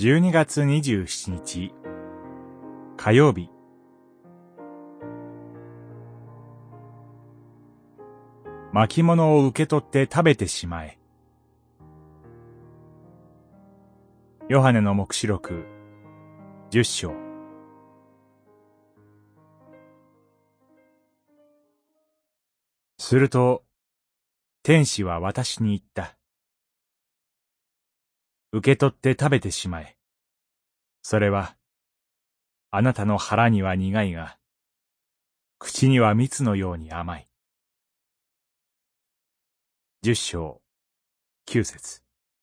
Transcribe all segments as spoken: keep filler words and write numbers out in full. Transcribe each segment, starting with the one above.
じゅうにがつにじゅうしちにち火曜日。巻物を受け取って食べてしまえ。ヨハネの黙示録じゅっしょう。すると天使は私に言った。受け取って食べてしまえ。それはあなたの腹には苦いが、口には蜜のように甘い。じゅっしょうきゅうせつ。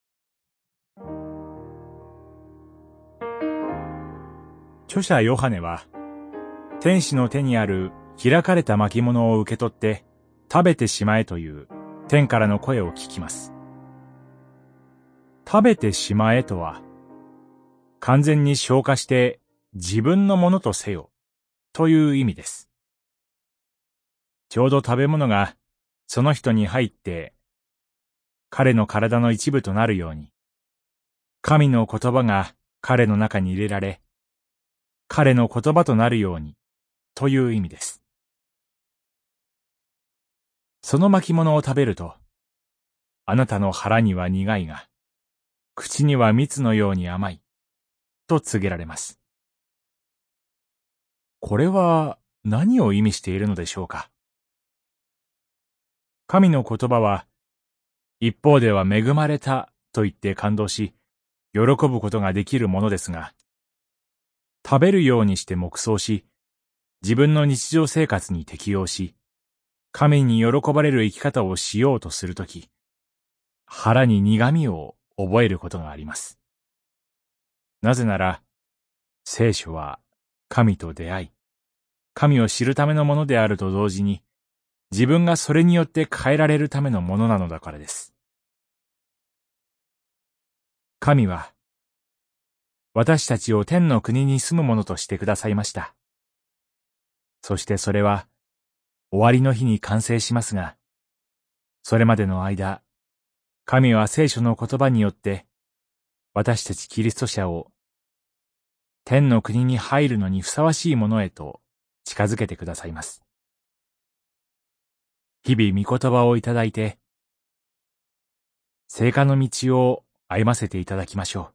著者ヨハネは、天使の手にある開かれた巻物を受け取って食べてしまえという天からの声を聞きます。食べてしまえとは、完全に消化して自分のものとせよという意味です。ちょうど食べ物がその人に入って彼の体の一部となるように、神の言葉が彼の中に入れられ、彼の言葉となるようにという意味です。その巻物を食べると、あなたの腹には苦いが、口には蜜のように甘い、と告げられます。これは何を意味しているのでしょうか。神の言葉は、一方では恵まれたと言って感動し、喜ぶことができるものですが、食べるようにして黙想し、自分の日常生活に適応し、神に喜ばれる生き方をしようとするとき、腹に苦みを覚えることがあります。なぜなら、聖書は神と出会い、神を知るためのものであると同時に、自分がそれによって変えられるためのものなのだからです。神は、私たちを天の国に住むものとしてくださいました。そしてそれは、終わりの日に完成しますが、それまでの間、神は聖書の言葉によって、私たちキリスト者を、天の国に入るのにふさわしいものへと近づけてくださいます。日々御言葉をいただいて、聖果の道を歩ませていただきましょ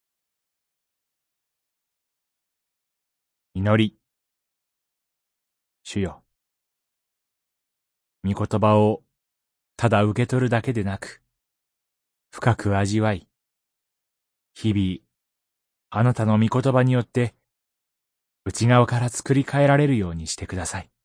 う。祈り。主よ。御言葉をただ受け取るだけでなく、深く味わい、日々、あなたの御言葉によって、内側から作り変えられるようにしてください。